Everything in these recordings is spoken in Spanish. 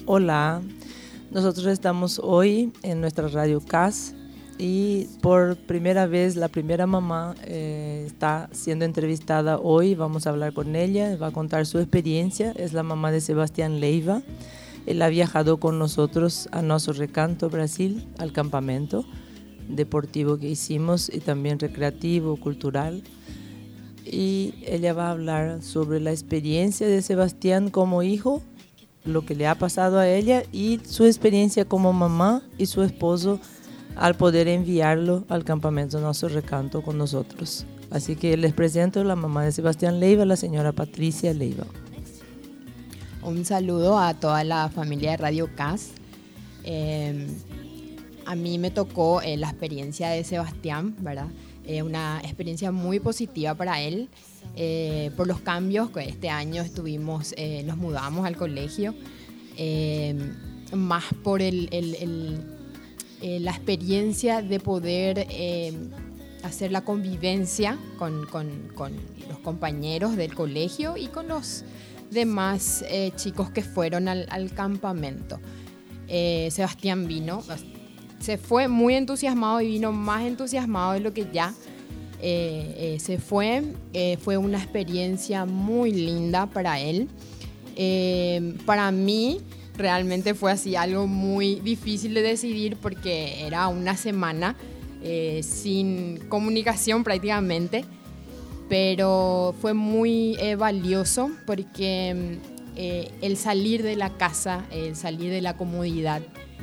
Hola, nosotros estamos hoy en nuestra radio CAS y por primera vez la primera mamá está siendo entrevistada hoy. Vamos a hablar con ella, va a contar su experiencia. Es la mamá de Sebastián Leiva. Él ha viajado con nosotros a Nosso Recanto, Brasil, al campamento deportivo que hicimos y también recreativo, cultural. Y ella va a hablar sobre la experiencia de Sebastián como hijo, lo que le ha pasado a ella y su experiencia como mamá y su esposo al poder enviarlo al campamento Nosso Recanto con nosotros. Así que les presento a la mamá de Sebastián Leiva, la señora Patricia Leiva. Un saludo a toda la familia de Radio CAS. A mí me tocó la experiencia de Sebastián, ¿verdad? Una experiencia muy positiva para él. Por los cambios que este año nos mudamos al colegio, más por la experiencia de poder hacer la convivencia con los compañeros del colegio y con los demás chicos que fueron al campamento. Sebastián se fue muy entusiasmado y vino más entusiasmado de lo que ya se fue. Fue una experiencia muy linda para él. Para mí realmente fue así algo muy difícil de decidir porque era una semana sin comunicación prácticamente, pero fue muy valioso porque el salir de la casa, el salir de la comodidad,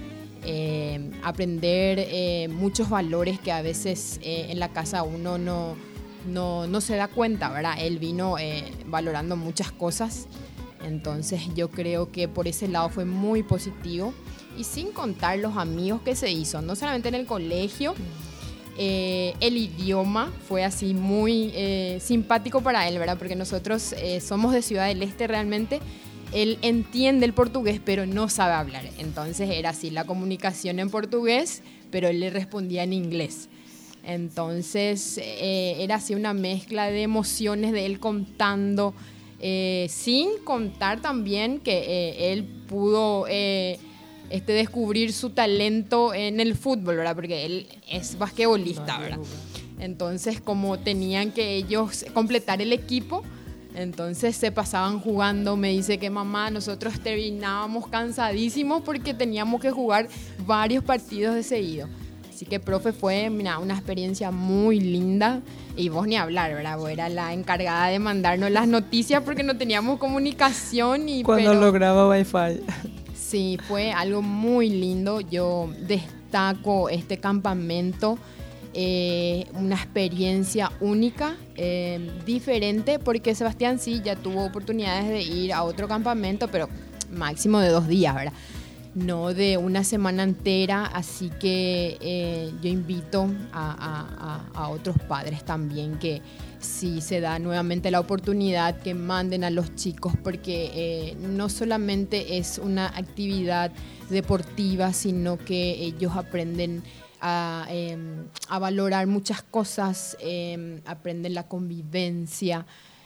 aprender muchos valores que a veces en la casa uno no se da cuenta, ¿verdad? Él vino valorando muchas cosas, entonces yo creo que por ese lado fue muy positivo, y sin contar los amigos que se hizo, no solamente en el colegio. El idioma fue así muy simpático para él, ¿verdad? Porque nosotros somos de Ciudad del Este realmente. Él entiende el portugués, pero no sabe hablar. Entonces era así la comunicación en portugués, pero él le respondía en inglés. Entonces era así una mezcla de emociones de él contando, sin contar también que él pudo descubrir su talento en el fútbol, ¿verdad? Porque él es basquetbolista, ¿verdad? Entonces, como tenían que ellos completar el equipo, entonces se pasaban jugando. Me dice que mamá, nosotros terminábamos cansadísimos porque teníamos que jugar varios partidos de seguido. Así que, profe, fue una experiencia muy linda. Y vos ni hablar, ¿verdad? Vos eras la encargada de mandarnos las noticias porque no teníamos comunicación. Cuando lograba Wi-Fi. Sí, fue algo muy lindo. Yo destaco este campamento. Una experiencia única, diferente, porque Sebastián sí ya tuvo oportunidades de ir a otro campamento, pero máximo de 2 días, ¿verdad? No de una semana entera, así que yo invito a otros padres también que si se da nuevamente la oportunidad, que manden a los chicos, porque no solamente es una actividad deportiva, sino que ellos aprenden a valorar muchas cosas, aprenden la convivencia,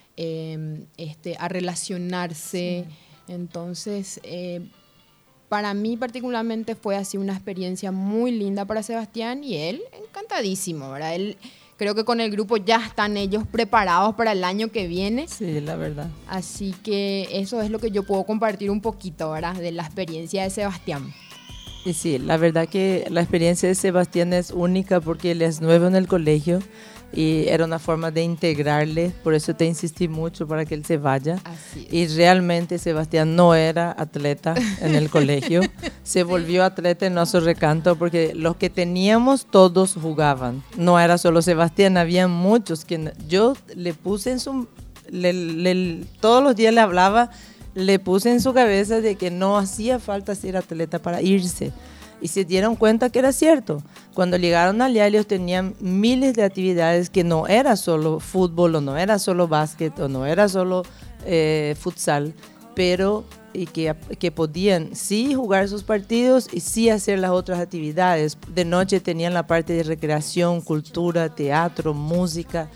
a relacionarse. Sí. Entonces, para mí particularmente fue así una experiencia muy linda para Sebastián, y él encantadísimo, ¿verdad? Él, creo que con el grupo ya están ellos preparados para el año que viene. Sí, la verdad. Así que eso es lo que yo puedo compartir un poquito, ¿verdad? De la experiencia de Sebastián. Y sí, la verdad que la experiencia de Sebastián es única porque él es nuevo en el colegio y era una forma de integrarle, por eso te insistí mucho para que él se vaya. Así es. Y realmente Sebastián no era atleta en el colegio, se volvió atleta en Nosso Recanto porque los que teníamos todos jugaban, no era solo Sebastián, había muchos que yo le puse en su... todos los días le hablaba, le puse en su cabeza de que no hacía falta ser atleta para irse. Y se dieron cuenta que era cierto. Cuando llegaron allá, ellos tenían miles de actividades que no era solo fútbol, o no era solo básquet, o no era solo futsal, pero y que podían sí jugar sus partidos y sí hacer las otras actividades. De noche tenían la parte de recreación, cultura, teatro, música.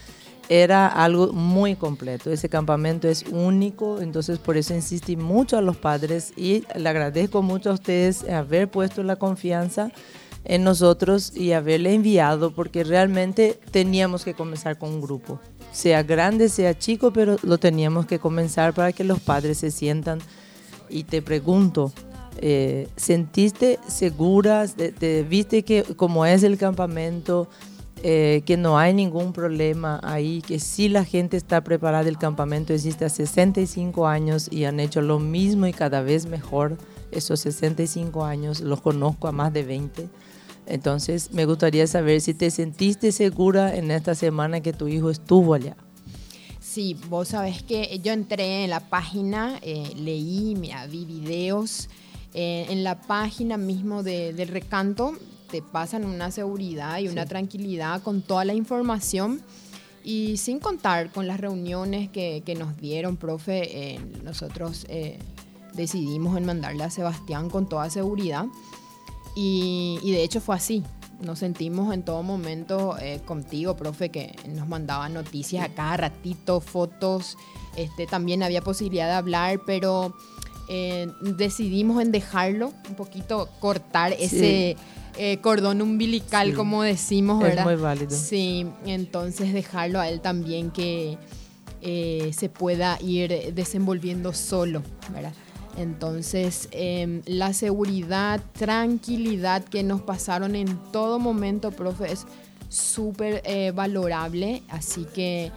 era algo muy completo. Ese campamento es único, entonces por eso insistí mucho a los padres y le agradezco mucho a ustedes haber puesto la confianza en nosotros y haberle enviado, porque realmente teníamos que comenzar con un grupo, sea grande, sea chico, pero lo teníamos que comenzar para que los padres se sientan. Y te pregunto, ¿sentiste segura? ¿Viste que como es el campamento, que no hay ningún problema ahí, que sí la gente está preparada? El campamento existe hace 65 años y han hecho lo mismo y cada vez mejor. Esos 65 años los conozco a más de 20. Entonces me gustaría saber si te sentiste segura en esta semana que tu hijo estuvo allá. Sí, vos sabés que yo entré en la página, leí, vi videos. En la página mismo del recanto te pasan una seguridad y una tranquilidad con toda la información, y sin contar con las reuniones que nos dieron, profe. Nosotros decidimos en mandarle a Sebastián con toda seguridad, y de hecho fue así. Nos sentimos en todo momento contigo, profe, que nos mandaba noticias a cada ratito, fotos. También había posibilidad de hablar, pero decidimos en dejarlo un poquito, cortar ese cordón umbilical, como decimos, ¿verdad? Es muy válido. Sí, entonces dejarlo a él también que se pueda ir desenvolviendo solo, ¿verdad? Entonces, la seguridad, tranquilidad que nos pasaron en todo momento, profe, es súper valorable. Así que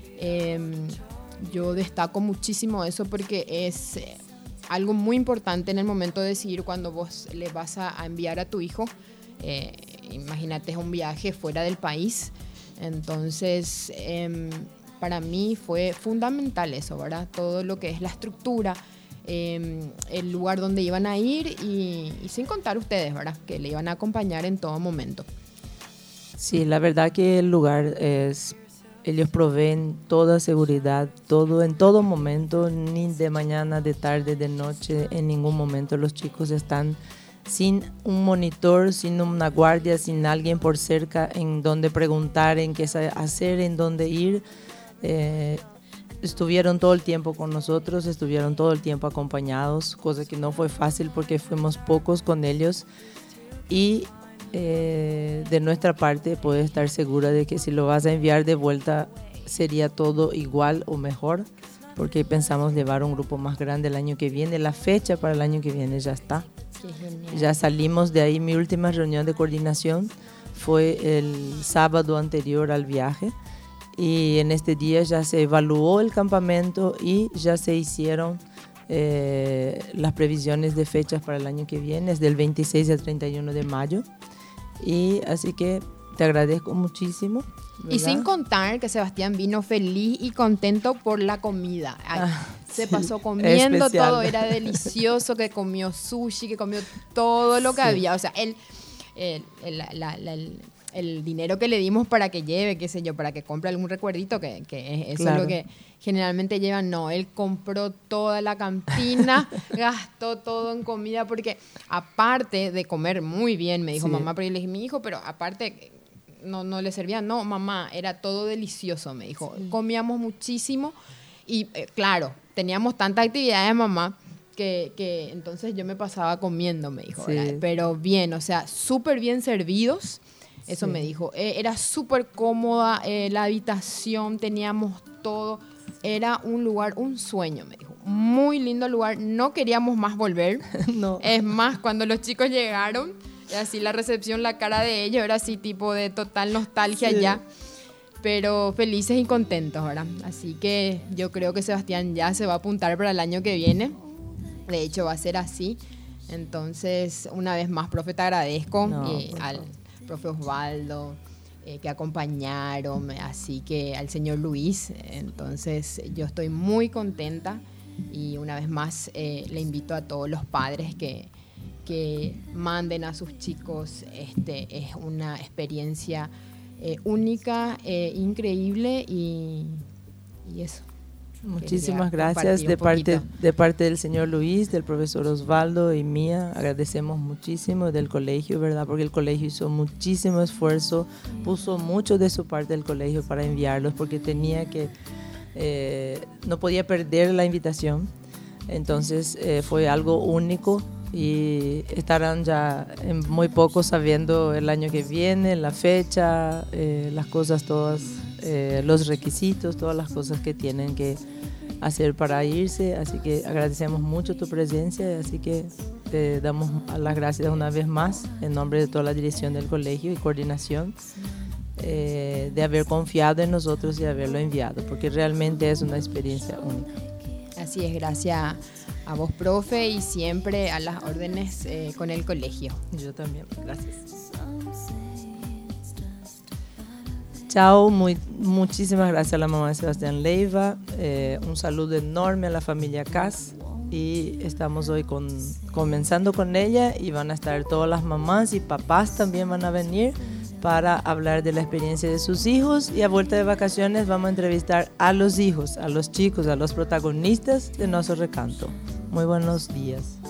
yo destaco muchísimo eso, porque es algo muy importante en el momento de decidir cuando vos le vas a enviar a tu hijo. Imagínate, es un viaje fuera del país. Entonces, para mí fue fundamental eso, ¿verdad? Todo lo que es la estructura, el lugar donde iban a ir, y sin contar ustedes, ¿verdad?, que le iban a acompañar en todo momento. Sí, la verdad que el lugar ellos proveen toda seguridad, todo en todo momento, ni de mañana, de tarde, de noche, en ningún momento los chicos están sin un monitor, sin una guardia, sin alguien por cerca en donde preguntar, en qué hacer, en dónde ir. Estuvieron todo el tiempo con nosotros, estuvieron todo el tiempo acompañados, cosa que no fue fácil porque fuimos pocos con ellos. Y de nuestra parte puedes estar segura de que si lo vas a enviar de vuelta sería todo igual o mejor, porque pensamos llevar un grupo más grande el año que viene. La fecha para el año que viene ya está. Qué genial. Ya salimos de ahí. Mi última reunión de coordinación fue el sábado anterior al viaje. Y en este día ya se evaluó el campamento y ya se hicieron las previsiones de fechas para el año que viene, es del 26 al 31 de mayo. Y así que te agradezco muchísimo, ¿verdad? Y sin contar que Sebastián vino feliz y contento por la comida. Se pasó comiendo especial. todo, era delicioso, que comió sushi, que comió todo lo que había. O sea, el dinero que le dimos para que lleve, qué sé yo, para que compre algún recuerdito, que eso Claro. es lo que generalmente llevan. No, él compró toda la cantina, gastó todo en comida, porque aparte de comer muy bien, me dijo mamá, pero yo le dije, mi hijo, pero aparte no le servía. No, mamá, era todo delicioso, me dijo. Comíamos muchísimo y claro, teníamos tanta actividad de mamá, que entonces yo me pasaba comiendo, me dijo, ¿verdad? Pero bien, o sea, súper bien servidos. Eso me dijo. Era súper cómoda la habitación, teníamos todo. Era un lugar, un sueño, me dijo. Muy lindo lugar. No queríamos más volver. No. Es más, cuando los chicos llegaron, así la recepción, la cara de ellos era así tipo de total nostalgia ya. Pero felices y contentos, ¿verdad? Así que yo creo que Sebastián ya se va a apuntar para el año que viene. De hecho, va a ser así. Entonces, una vez más, profe, te agradezco al profe Osvaldo, que acompañaron, así que al señor Luis. Entonces yo estoy muy contenta, y una vez más le invito a todos los padres que manden a sus chicos. Es una experiencia única, increíble, y eso. Muchísimas gracias de parte del señor Luis, del profesor Osvaldo y mía. Agradecemos muchísimo del colegio, ¿verdad? Porque el colegio hizo muchísimo esfuerzo, puso mucho de su parte del colegio para enviarlos, porque tenía que, no podía perder la invitación. Entonces fue algo único y estarán ya en muy poco sabiendo el año que viene, la fecha, las cosas todas, los requisitos, todas las cosas que tienen que hacer para irse. Así que agradecemos mucho tu presencia, así que te damos las gracias una vez más en nombre de toda la dirección del colegio y coordinación, de haber confiado en nosotros y haberlo enviado, porque realmente es una experiencia única. Así es, gracias a vos, profe, y siempre a las órdenes con el colegio. Yo también, gracias. Chao, muchísimas gracias a la mamá de Sebastián Leiva, un saludo enorme a la familia Cas, y estamos hoy comenzando con ella, y van a estar todas las mamás y papás también van a venir para hablar de la experiencia de sus hijos, y a vuelta de vacaciones vamos a entrevistar a los hijos, a los chicos, a los protagonistas de nuestro recanto. Muy buenos días.